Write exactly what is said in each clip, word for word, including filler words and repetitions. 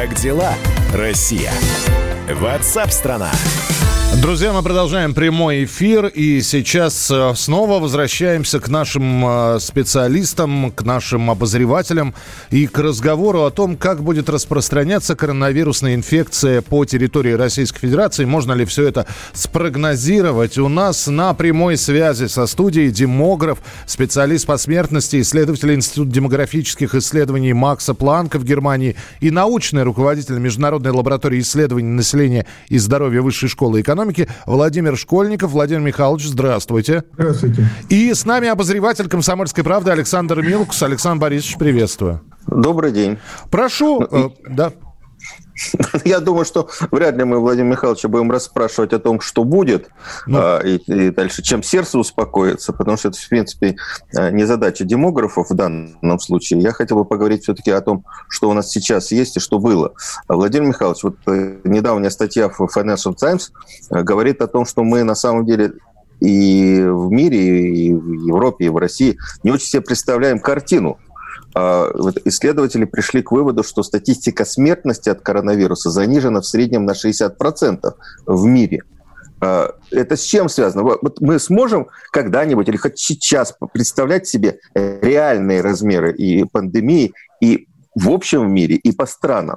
Как дела, Россия? WhatsApp-страна. Друзья, мы продолжаем прямой эфир, и сейчас снова возвращаемся к нашим специалистам, к нашим обозревателям и к разговору о том, как будет распространяться коронавирусная инфекция по территории Российской Федерации. Можно ли все это спрогнозировать? У нас на прямой связи со студией демограф, специалист по смертности, исследователь Института демографических исследований Макса Планка в Германии и научный руководитель Международной лаборатории исследований населения и здоровья Высшей школы экономики Владимир Школьников. Владимир Михайлович, здравствуйте. Здравствуйте. И с нами обозреватель «Комсомольской правды» Александр Милкус. Александр Борисович, приветствую. Добрый день. Прошу. Э, да. Я думаю, что вряд ли мы Владимира Михайловича будем расспрашивать о том, что будет, ну, а, и, и дальше, чем сердце успокоится, потому что это, в принципе, не задача демографов в данном случае. Я хотел бы поговорить все-таки о том, что у нас сейчас есть и что было. Владимир Михайлович, вот недавняя статья в Financial Times говорит о том, что мы на самом деле и в мире, и в Европе, и в России не очень себе представляем картину. Исследователи пришли к выводу, что статистика смертности от коронавируса занижена в среднем на шестьдесят процентов в мире. Это с чем связано? Вот мы сможем когда-нибудь или хоть сейчас представлять себе реальные размеры и пандемии, и в общем в мире, и по странам?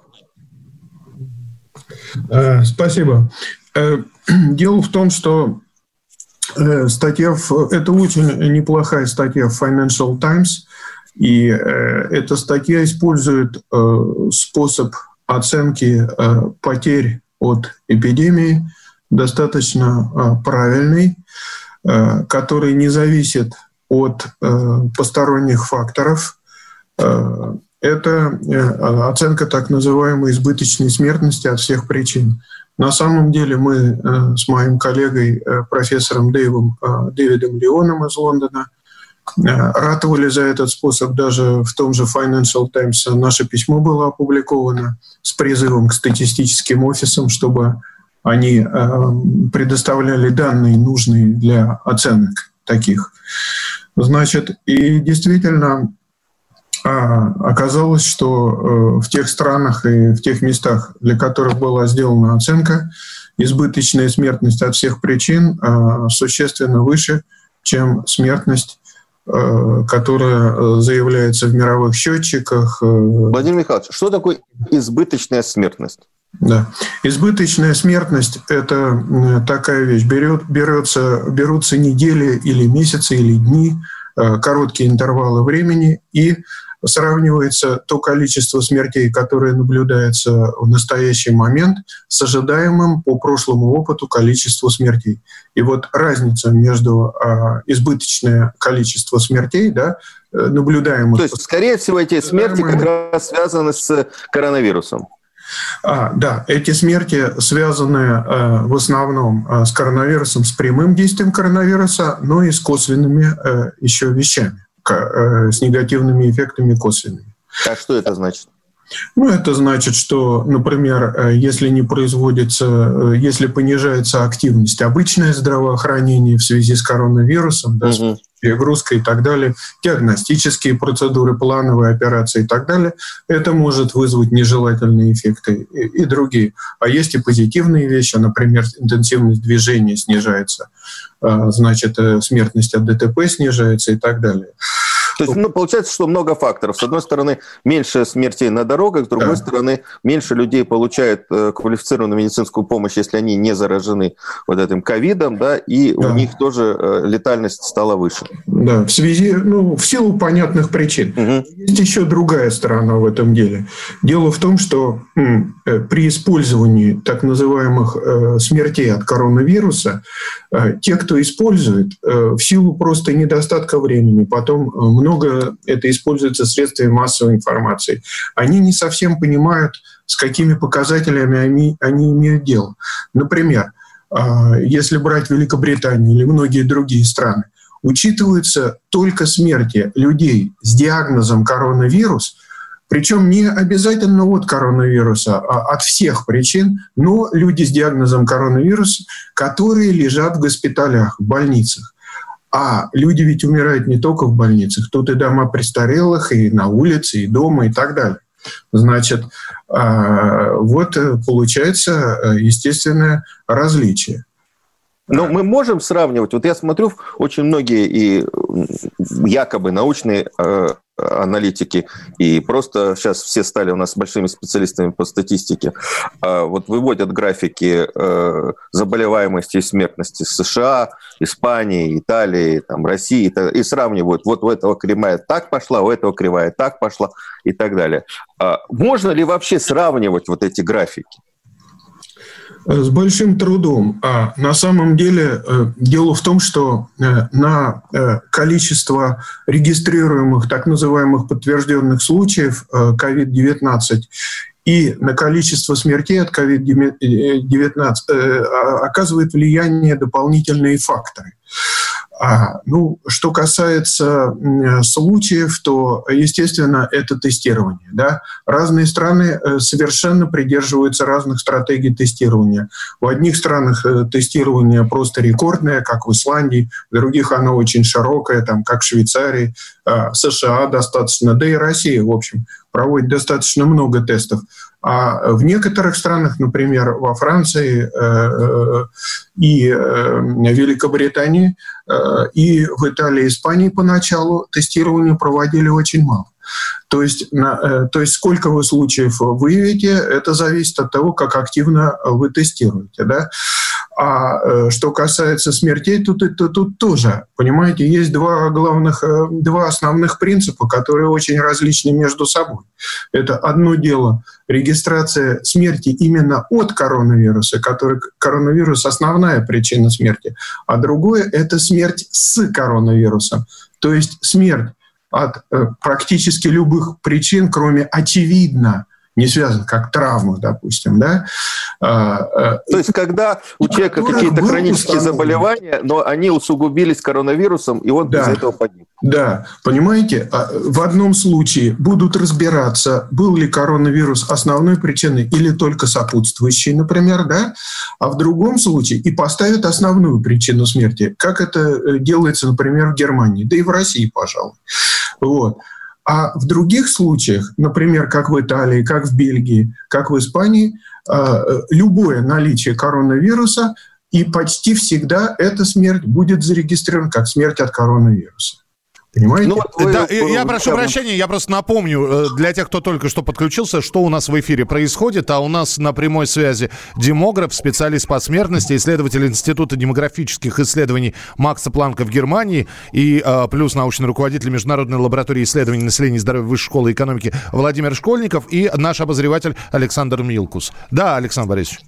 Спасибо. Дело в том, что статья, это очень неплохая статья в Financial Times. И э, эта статья использует э, способ оценки э, потерь от эпидемии, достаточно э, правильный, э, который не зависит от э, посторонних факторов. Э, это э, оценка так называемой избыточной смертности от всех причин. На самом деле мы э, с моим коллегой, э, профессором Дэйвом, э, Дэвидом Леоном из Лондона, ратовали за этот способ. Даже в том же Financial Times наше письмо было опубликовано с призывом к статистическим офисам, чтобы они предоставляли данные, нужные для оценок таких. Значит, и действительно оказалось, что в тех странах и в тех местах, для которых была сделана оценка, избыточная смертность от всех причин существенно выше, чем смертность, которая заявляется в мировых счетчиках. Владимир Михайлович, что такое избыточная смертность? Да. Избыточная смертность – это такая вещь. Берет, берется, берутся недели или месяцы или дни, короткие интервалы времени, и сравнивается то количество смертей, которое наблюдается в настоящий момент, с ожидаемым по прошлому опыту количеством смертей. И вот разница между а, избыточное количество смертей, да, наблюдаемых... То есть, скорее всего, эти смерти как раз связаны с коронавирусом. А, да, эти смерти связаны э, в основном э, с коронавирусом, с прямым действием коронавируса, но и с косвенными э, еще вещами, к, э, с негативными эффектами косвенными. А что это значит? Ну, это значит, что, например, если не производится, если понижается активность, обычное здравоохранение в связи с коронавирусом, да, угу. перегрузка и так далее, диагностические процедуры, плановые операции и так далее, это может вызвать нежелательные эффекты и, и другие. А есть и позитивные вещи, например, интенсивность движения снижается, значит, смертность от ДТП снижается и так далее. То есть, ну, получается, что много факторов. С одной стороны, меньше смертей на дорогах, с другой да. стороны, меньше людей получают э, квалифицированную медицинскую помощь, если они не заражены вот этим ковидом, да, и да. у них тоже э, летальность стала выше. Да, в связи, ну, в силу понятных причин. Угу. Есть еще другая сторона в этом деле. Дело в том, что м, э, при использовании так называемых э, смертей от коронавируса, э, те, кто использует, э, в силу просто недостатка времени, потом э, много это используется средствами массовой информации. Они не совсем понимают, с какими показателями они, они имеют дело. Например, если брать Великобританию или многие другие страны, учитываются только смерти людей с диагнозом коронавирус, причем не обязательно от коронавируса, а от всех причин, но люди с диагнозом коронавирус, которые лежат в госпиталях, в больницах. А люди ведь умирают не только в больницах, тут и дома престарелых, и на улице, и дома, и так далее. Значит, вот получается естественное различие. Но мы можем сравнивать, вот я смотрю, очень многие и якобы научные э, аналитики, и просто сейчас все стали у нас большими специалистами по статистике, э, вот выводят графики э, заболеваемости и смертности США, Испании, Италии, там, России, и, и сравнивают, вот у этого кривая так пошла, у этого кривая так пошла и так далее. А можно ли вообще сравнивать вот эти графики? С большим трудом. А на самом деле дело в том, что на количество регистрируемых так называемых подтвержденных случаев ковид девятнадцать и на количество смертей от ковид девятнадцать оказывает влияние дополнительные факторы. А, ну, что касается э, случаев, то, естественно, это тестирование. Да? Разные страны э, совершенно придерживаются разных стратегий тестирования. В одних странах э, тестирование просто рекордное, как в Исландии, в других оно очень широкое, там, как в Швейцарии, э, США достаточно, да и Россия, в общем, проводит достаточно много тестов. А в некоторых странах, например, во Франции э, и э, Великобритании, э, и в Италии и Испании поначалу тестирование проводили очень мало. То есть, на, э, то есть сколько вы случаев выявите, это зависит от того, как активно вы тестируете. Да? А э, что касается смертей, тут, тут, тут тоже, понимаете, есть два главных, э, два основных принципа, которые очень различны между собой. Это одно дело регистрация смерти именно от коронавируса, который коронавирус – основная причина смерти, а другое – это смерть с коронавирусом, то есть смерть от э, практически любых причин, кроме очевидно не связан, как травма, допустим, да. То есть, когда у человека какие-то хронические заболевания, но они усугубились коронавирусом, и он да. из-за этого погиб. Да, понимаете, в одном случае будут разбираться, был ли коронавирус основной причиной или только сопутствующей, например, да, а в другом случае и поставят основную причину смерти, как это делается, например, в Германии, да и в России, пожалуй. Вот. А в других случаях, например, как в Италии, как в Бельгии, как в Испании, любое наличие коронавируса, и почти всегда эта смерть будет зарегистрирована как смерть от коронавируса. Понимаете? Ну, да, вы, я вы, прошу вы, прощения, я просто напомню для тех, кто только что подключился, что у нас в эфире происходит. А у нас на прямой связи демограф, специалист по смертности, исследователь Института демографических исследований Макса Планка в Германии и э, плюс научный руководитель Международной лаборатории исследований населения и здоровья Высшей школы экономики Владимир Школьников и наш обозреватель Александр Милкус. Да, Александр Борисович.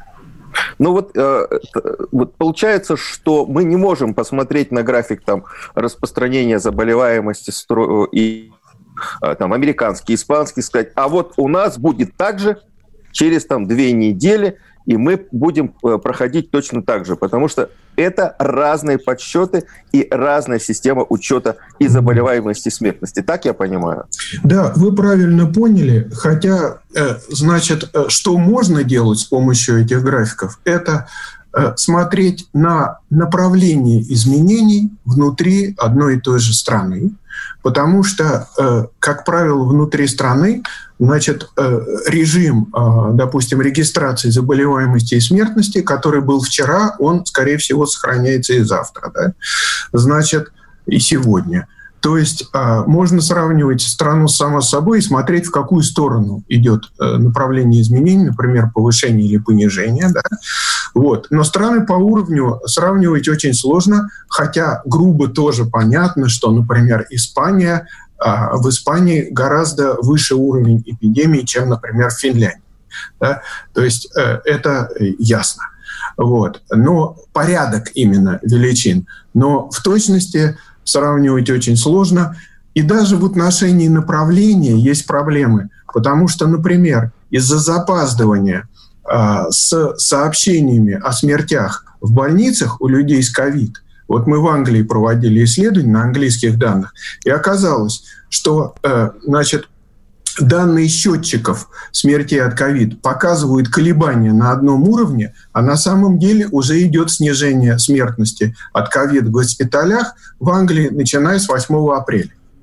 Ну вот, э, вот получается, что мы не можем посмотреть на график там, распространения заболеваемости стро- и э, там, американский, испанский, сказать, а вот у нас будет так же через там, две недели, и мы будем э, проходить точно так же, потому что это разные подсчеты и разная система учета и заболеваемости, и смертности. Так я понимаю? Да, вы правильно поняли. Хотя, э, значит, что можно делать с помощью этих графиков, это э, смотреть на направление изменений внутри одной и той же страны. Потому что, э, как правило, внутри страны, значит, э, режим, э, допустим, регистрации заболеваемости и смертности, который был вчера, он, скорее всего, сохраняется и завтра, да? Значит, и сегодня. То есть э, можно сравнивать страну сама с собой и смотреть, в какую сторону идет э, направление изменений, например, повышение или понижение. Да? Вот. Но страны по уровню сравнивать очень сложно, хотя грубо тоже понятно, что, например, Испания, э, в Испании гораздо выше уровень эпидемии, чем, например, в Финляндии. Да? То есть э, это ясно. Вот. Но порядок именно величин. Но в точности сравнивать очень сложно. И даже в отношении направления есть проблемы. Потому что, например, из-за запаздывания э, с сообщениями о смертях в больницах у людей с ковид, вот мы в Англии проводили исследования на английских данных, и оказалось, что э, значит, данные счетчиков смертей от ковид показывают колебания на одном уровне, а на самом деле уже идет снижение смертности от ковид в госпиталях в Англии, начиная с восьмого апреля.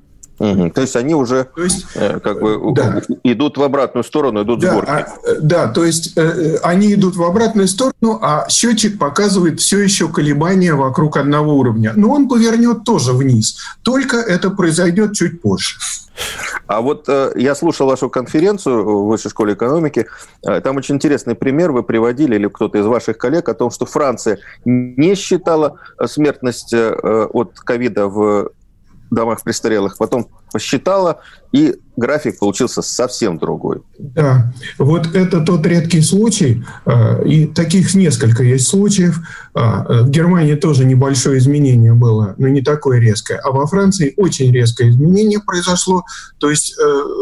Угу. То есть они уже то есть, э, как бы да. идут в обратную сторону, идут да, с горки. А, да, то есть э, они идут в обратную сторону, а счетчик показывает все еще колебания вокруг одного уровня. Но он повернет тоже вниз, только это произойдет чуть позже. А вот э, я слушал вашу конференцию в Высшей школе экономики. Э, там очень интересный пример вы приводили, или кто-то из ваших коллег, о том, что Франция не считала смертность э, от ковида в домах престарелых, потом посчитала, и график получился совсем другой. Да, вот это тот редкий случай, и таких несколько есть случаев. В Германии тоже небольшое изменение было, но не такое резкое. А во Франции очень резкое изменение произошло, то есть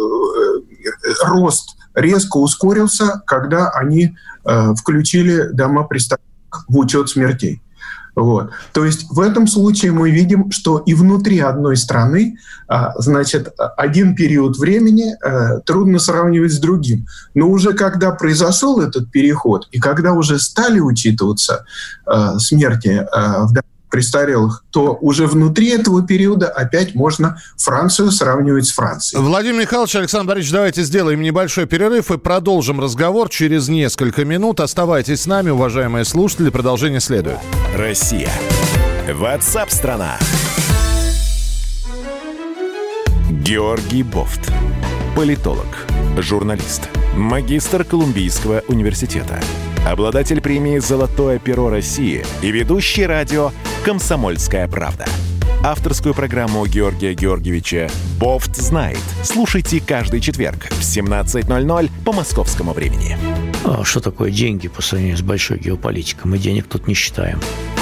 рост резко ускорился, когда они включили дома престарелых в учет смертей. Вот. То есть в этом случае мы видим, что и внутри одной страны, значит, один период времени трудно сравнивать с другим. Но уже когда произошел этот переход, и когда уже стали учитываться смерти в домах престарелых, то уже внутри этого периода опять можно Францию сравнивать с Францией. Владимир Михайлович, Александр Борисович, давайте сделаем небольшой перерыв и продолжим разговор через несколько минут. Оставайтесь с нами, уважаемые слушатели, продолжение следует. Россия. Ватсап-страна. Георгий Бофт. Политолог, журналист, магистр Колумбийского университета, обладатель премии «Золотое перо России» и ведущий радио «Комсомольская правда». Авторскую программу Георгия Георгиевича «Бофт знает». Слушайте каждый четверг в семнадцать ноль ноль по московскому времени. А что такое деньги по сравнению с большой геополитикой? Мы денег тут не считаем.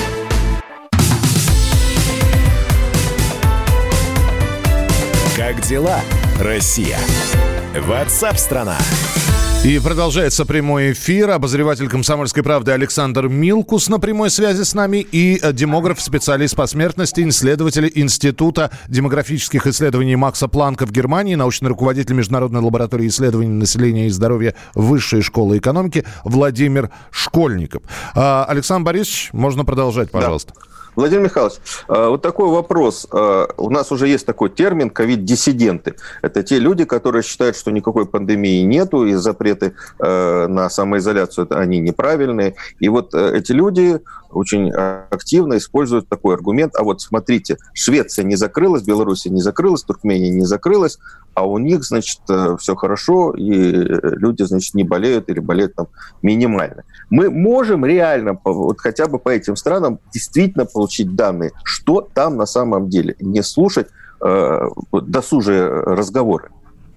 Как дела, Россия? Ватсап-страна. И продолжается прямой эфир. Обозреватель «Комсомольской правды» Александр Милкус на прямой связи с нами и демограф, специалист по смертности, исследователь Института демографических исследований Макса Планка в Германии, научный руководитель Международной лаборатории исследований населения и здоровья Высшей школы экономики Владимир Школьников. Александр Борисович, можно продолжать, пожалуйста. Да. Владимир Михайлович, вот такой вопрос. У нас уже есть такой термин ковид-диссиденты. Это те люди, которые считают, что никакой пандемии нету, и запреты на самоизоляцию они неправильные. И вот эти люди очень активно используют такой аргумент. А вот смотрите, Швеция не закрылась, Белоруссия не закрылась, Туркмения не закрылась, а у них, значит, все хорошо, и люди, значит, не болеют или болеют там минимально. Мы можем реально, вот хотя бы по этим странам, действительно получить данные, что там на самом деле, не слушать э, досужие разговоры.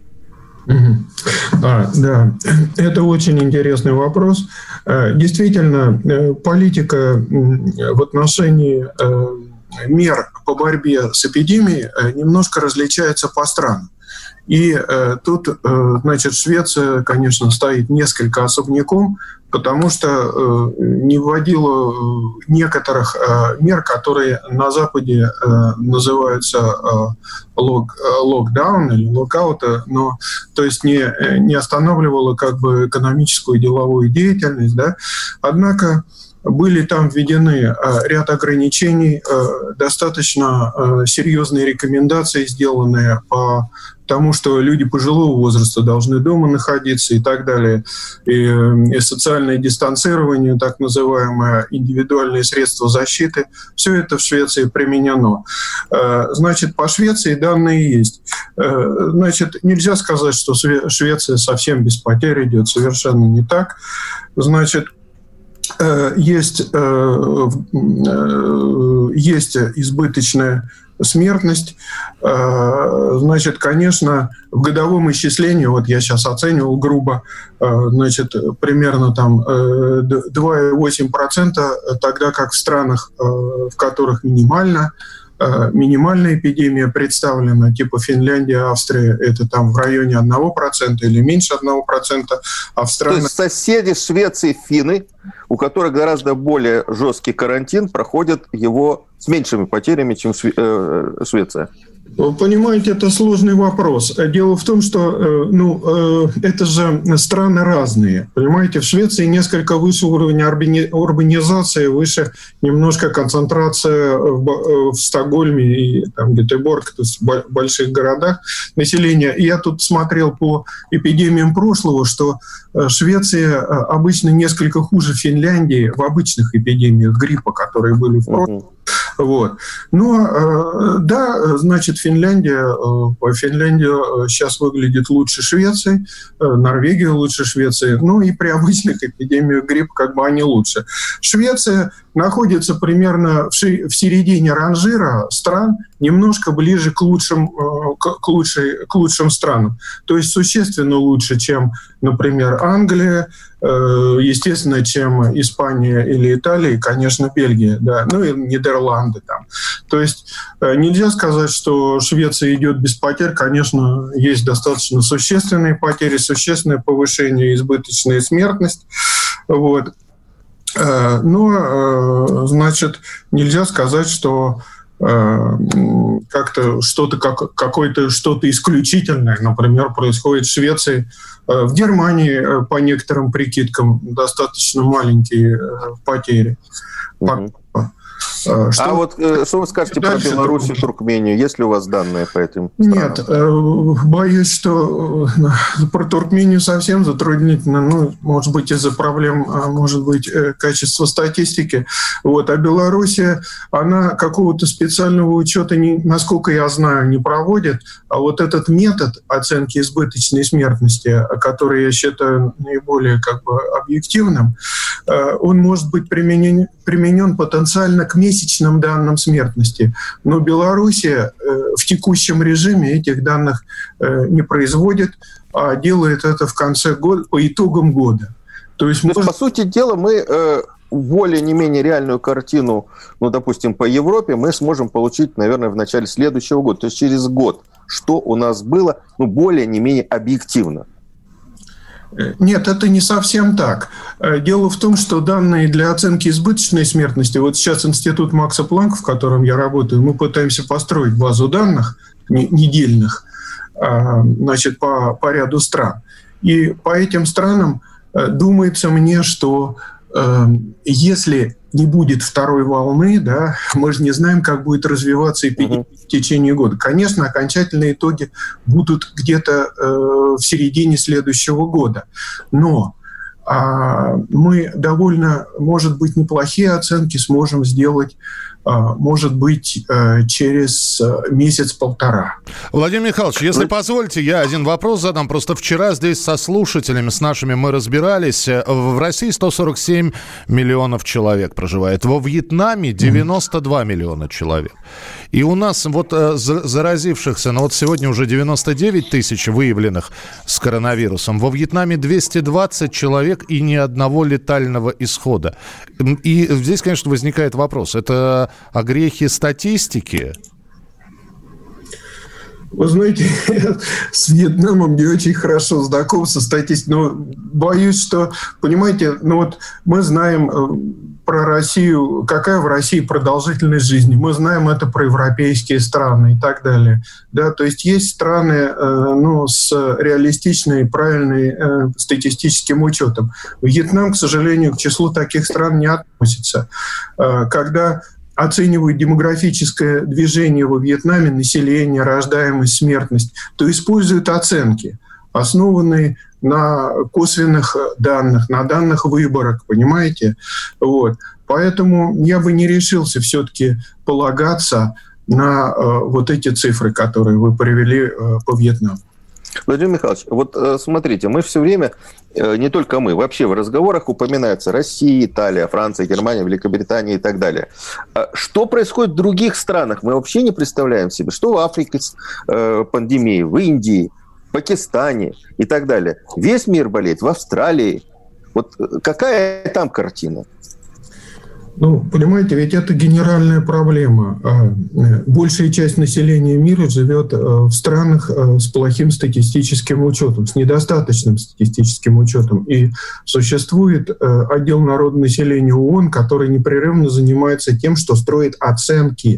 А, да, это очень интересный вопрос. Действительно, политика в отношении мер по борьбе с эпидемией немножко различается по странам. И э, тут, э, значит, Швеция, конечно, стоит несколько особняком, потому что э, не вводила некоторых э, мер, которые на Западе э, называются э, лок, э, локдаун или локаут, но то есть не, не останавливала как бы экономическую и деловую деятельность, да. Однако были там введены ряд ограничений, достаточно серьезные рекомендации, сделанные по тому, что люди пожилого возраста должны дома находиться и так далее. И, и социальное дистанцирование, так называемое, индивидуальные средства защиты, все это в Швеции применено. Значит, по Швеции данные есть. Значит, нельзя сказать, что Швеция совсем без потерь идет, совершенно не так. Значит, Есть, есть избыточная смертность. Значит, конечно, в годовом исчислении, вот я сейчас оценивал грубо, значит, примерно там два целых восемь десятых процента, тогда как в странах, в которых минимально минимальная эпидемия представлена, типа Финляндия, Австрия, это там в районе одного процента или меньше одного процента. А в странах... То есть соседи Швеции, финны, у которых гораздо более жесткий карантин, проходят его с меньшими потерями, чем Швеция. Вы понимаете, это сложный вопрос. Дело в том, что ну, это же страны разные. Понимаете, в Швеции несколько выше уровня урбанизации, выше немножко концентрация в, в Стокгольме и там, Гетеборг, то есть в больших городах населения. И я тут смотрел по эпидемиям прошлого, что Швеция обычно несколько хуже Финляндии в обычных эпидемиях гриппа, которые были в прошлом. Вот. Но, да, значит, Финляндия, Финляндия сейчас выглядит лучше Швеции, Норвегия лучше Швеции, ну и при обычных эпидемиях гриппа как бы они лучше. Швеция находится примерно в середине ранжира стран, немножко ближе к лучшим, к, лучшей, к лучшим странам. То есть существенно лучше, чем, например, Англия, естественно, чем Испания или Италия, и, конечно, Бельгия, да, ну и Нидерланды там. То есть нельзя сказать, что Швеция идет без потерь. Конечно, есть достаточно существенные потери, существенное повышение, избыточная смертность. Вот. Но, значит, нельзя сказать, что как-то что-то, как, какое-то что-то исключительное, например, происходит в Швеции. В Германии, по некоторым прикидкам, достаточно маленькие потери. Угу. Что... А вот что вы скажете Дальше про Беларусь и Туркмению? Есть ли у вас данные по этим странам? Нет, боюсь, что про Туркмению совсем затруднительно. Ну, может быть, из-за проблем, может быть, качества статистики. Вот. А Белоруссия, она какого-то специального учета, не, насколько я знаю, не проводит. А вот этот метод оценки избыточной смертности, который я считаю наиболее как бы объективным, он может быть применен, применен потенциально к месячным данным смертности. Но Белоруссия в текущем режиме этих данных не производит, а делает это в конце года, по итогам года. То есть, То может... есть по сути дела, мы э, более не менее реальную картину, ну, допустим, по Европе мы сможем получить, наверное, в начале следующего года. То есть через год, что у нас было, ну, более не менее объективно. Нет, это не совсем так. Дело в том, что данные для оценки избыточной смертности, вот сейчас Институт Макса Планка, в котором я работаю, мы пытаемся построить базу данных недельных, значит, по, по ряду стран. И по этим странам думается мне, что если не будет второй волны, да, мы же не знаем, как будет развиваться эпидемия uh-huh. в течение года. Конечно, окончательные итоги будут где-то э, в середине следующего года. Но э, мы довольно, может быть, неплохие оценки сможем сделать, э, может быть, э, через месяц-полтора. Владимир Михайлович, если позволите, я один вопрос задам. Просто вчера здесь со слушателями, с нашими мы разбирались. В России сто сорок семь миллионов человек проживает. Во Вьетнаме девяносто два миллиона человек. И у нас вот заразившихся, ну вот сегодня уже девяносто девять тысяч выявленных с коронавирусом. Во Вьетнаме двести двадцать человек и ни одного летального исхода. И здесь, конечно, возникает вопрос. Это огрехи статистики? Вы знаете, я с Вьетнамом не очень хорошо знаком со статистикой, но боюсь, что, понимаете, ну вот мы знаем про Россию, какая в России продолжительность жизни, мы знаем это про европейские страны и так далее. Да, то есть есть страны ну, с реалистичной, правильной статистическим учетом. Вьетнам, к сожалению, к числу таких стран не относится. Когда оценивают демографическое движение во Вьетнаме, население, рождаемость, смертность, то используют оценки, основанные на косвенных данных, на данных выборок, понимаете? Вот. Поэтому я бы не решился все-таки полагаться на э, вот эти цифры, которые вы привели э, по Вьетнаму. Владимир Михайлович, вот смотрите, мы все время, не только мы, вообще в разговорах упоминается Россия, Италия, Франция, Германия, Великобритания и так далее. Что происходит в других странах? Мы вообще не представляем себе. Что в Африке с пандемией, в Индии, в Пакистане и так далее. Весь мир болеет, в Австралии. Вот какая там картина? Ну, понимаете, ведь это генеральная проблема. Большая часть населения мира живет в странах с плохим статистическим учетом, с недостаточным статистическим учетом. И существует отдел народонаселения ООН, который непрерывно занимается тем, что строит оценки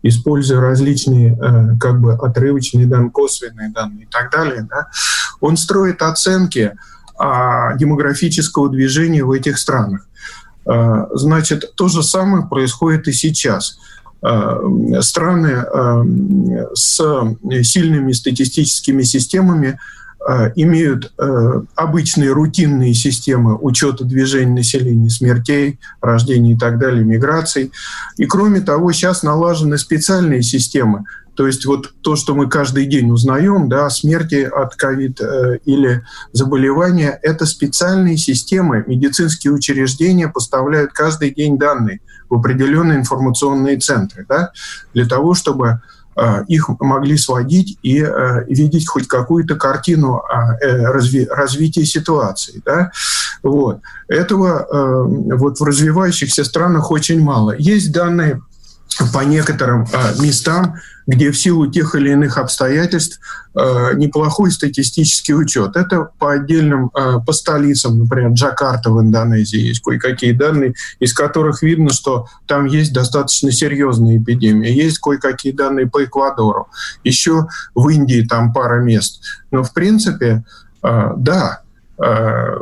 используя различные как бы отрывочные данные, косвенные данные и так далее, да, он строит оценки демографического движения в этих странах. Значит, то же самое происходит и сейчас. Страны с сильными статистическими системами имеют обычные рутинные системы учета движения населения, смертей, рождений и так далее, миграций. И кроме того, сейчас налажены специальные системы. То есть вот то, что мы каждый день узнаем, да, смерти от ковид э, или заболевания, это специальные системы. Медицинские учреждения поставляют каждый день данные в определенные информационные центры, да, для того, чтобы э, их могли сводить и э, видеть хоть какую-то картину э, разви- развития ситуации. Да. Вот. Этого э, вот в развивающихся странах очень мало. Есть данные по некоторым э, местам, где в силу тех или иных обстоятельств э, неплохой статистический учет. Это по отдельным, э, по столицам, например, Джакарта в Индонезии есть кое-какие данные, из которых видно, что там есть достаточно серьезная эпидемия. Есть кое-какие данные по Эквадору. Еще в Индии там пара мест. Но в принципе, э, да, э,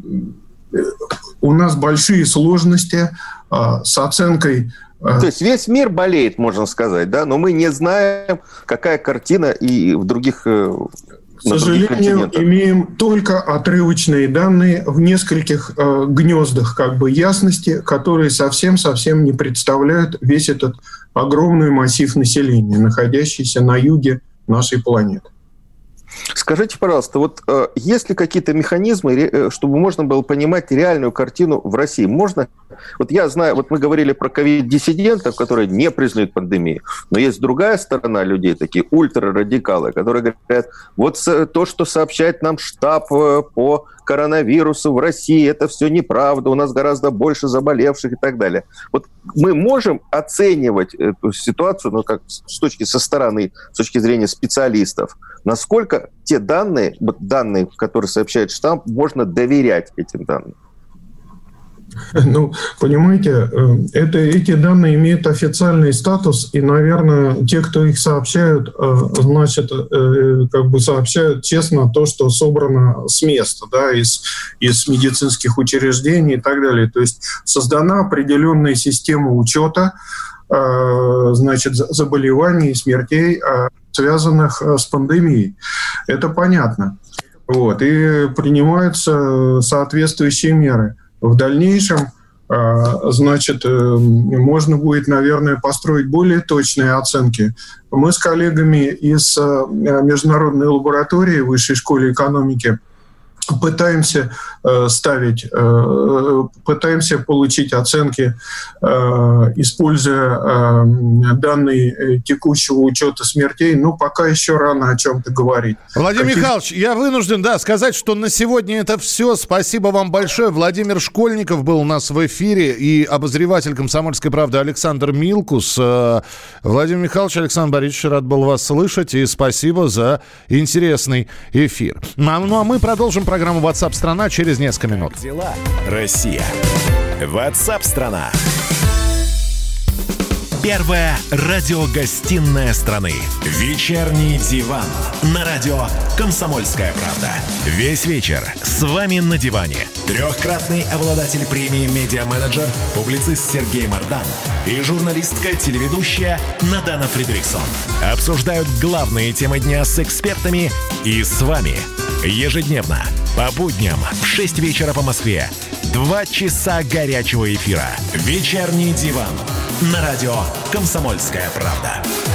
у нас большие сложности э, с оценкой. То есть весь мир болеет, можно сказать, да, но мы не знаем, какая картина и в других, к сожалению, имеем только отрывочные данные в нескольких э, гнездах как бы ясности, которые совсем-совсем не представляют весь этот огромный массив населения, находящийся на юге нашей планеты. Скажите, пожалуйста, вот э, есть ли какие-то механизмы, э, чтобы можно было понимать реальную картину в России? Можно? Вот я знаю, вот мы говорили про ковид-диссидентов, которые не признают пандемию, но есть другая сторона людей, такие ультрарадикалы, которые говорят, вот то, что сообщает нам штаб э, по коронавирусу в России, это все неправда, у нас гораздо больше заболевших и так далее. Вот мы можем оценивать эту ситуацию, ну, как с точки со стороны, с точки зрения специалистов, насколько те данные, данные, которые сообщает штаб, можно доверять этим данным? Ну, понимаете, это, эти данные имеют официальный статус, и, наверное, те, кто их сообщают, значит, как бы сообщают честно то, что собрано с места, да, из, из медицинских учреждений и так далее. То есть создана определенная система учета, значит, заболеваний и смертей, связанных с пандемией. Это понятно. Вот. И принимаются соответствующие меры. В дальнейшем, значит, можно будет, наверное, построить более точные оценки. Мы с коллегами из международной лаборатории Высшей школы экономики пытаемся ставить, пытаемся получить оценки, используя данные текущего учета смертей. Но пока еще рано о чем-то говорить. Владимир Каких... Михайлович, я вынужден, да, сказать, что на сегодня это все. Спасибо вам большое. Владимир Школьников был у нас в эфире и обозреватель «Комсомольской правды» Александр Милкус. Владимир Михайлович, Александр Борисович, рад был вас слышать, и спасибо за интересный эфир. Ну а мы продолжим программу «WhatsApp-страна» через несколько минут. Дела. Россия. WhatsApp-страна. Первая радиогостинная страны. Вечерний диван. На радио «Комсомольская правда». Весь вечер с вами на диване. Трехкратный обладатель премии «Медиа-менеджер», публицист Сергей Мардан и журналистка-телеведущая Надана Фридрихсон обсуждают главные темы дня с экспертами и с вами. Ежедневно, по будням в шесть вечера по Москве. Два часа горячего эфира. Вечерний диван. На радио «Комсомольская правда».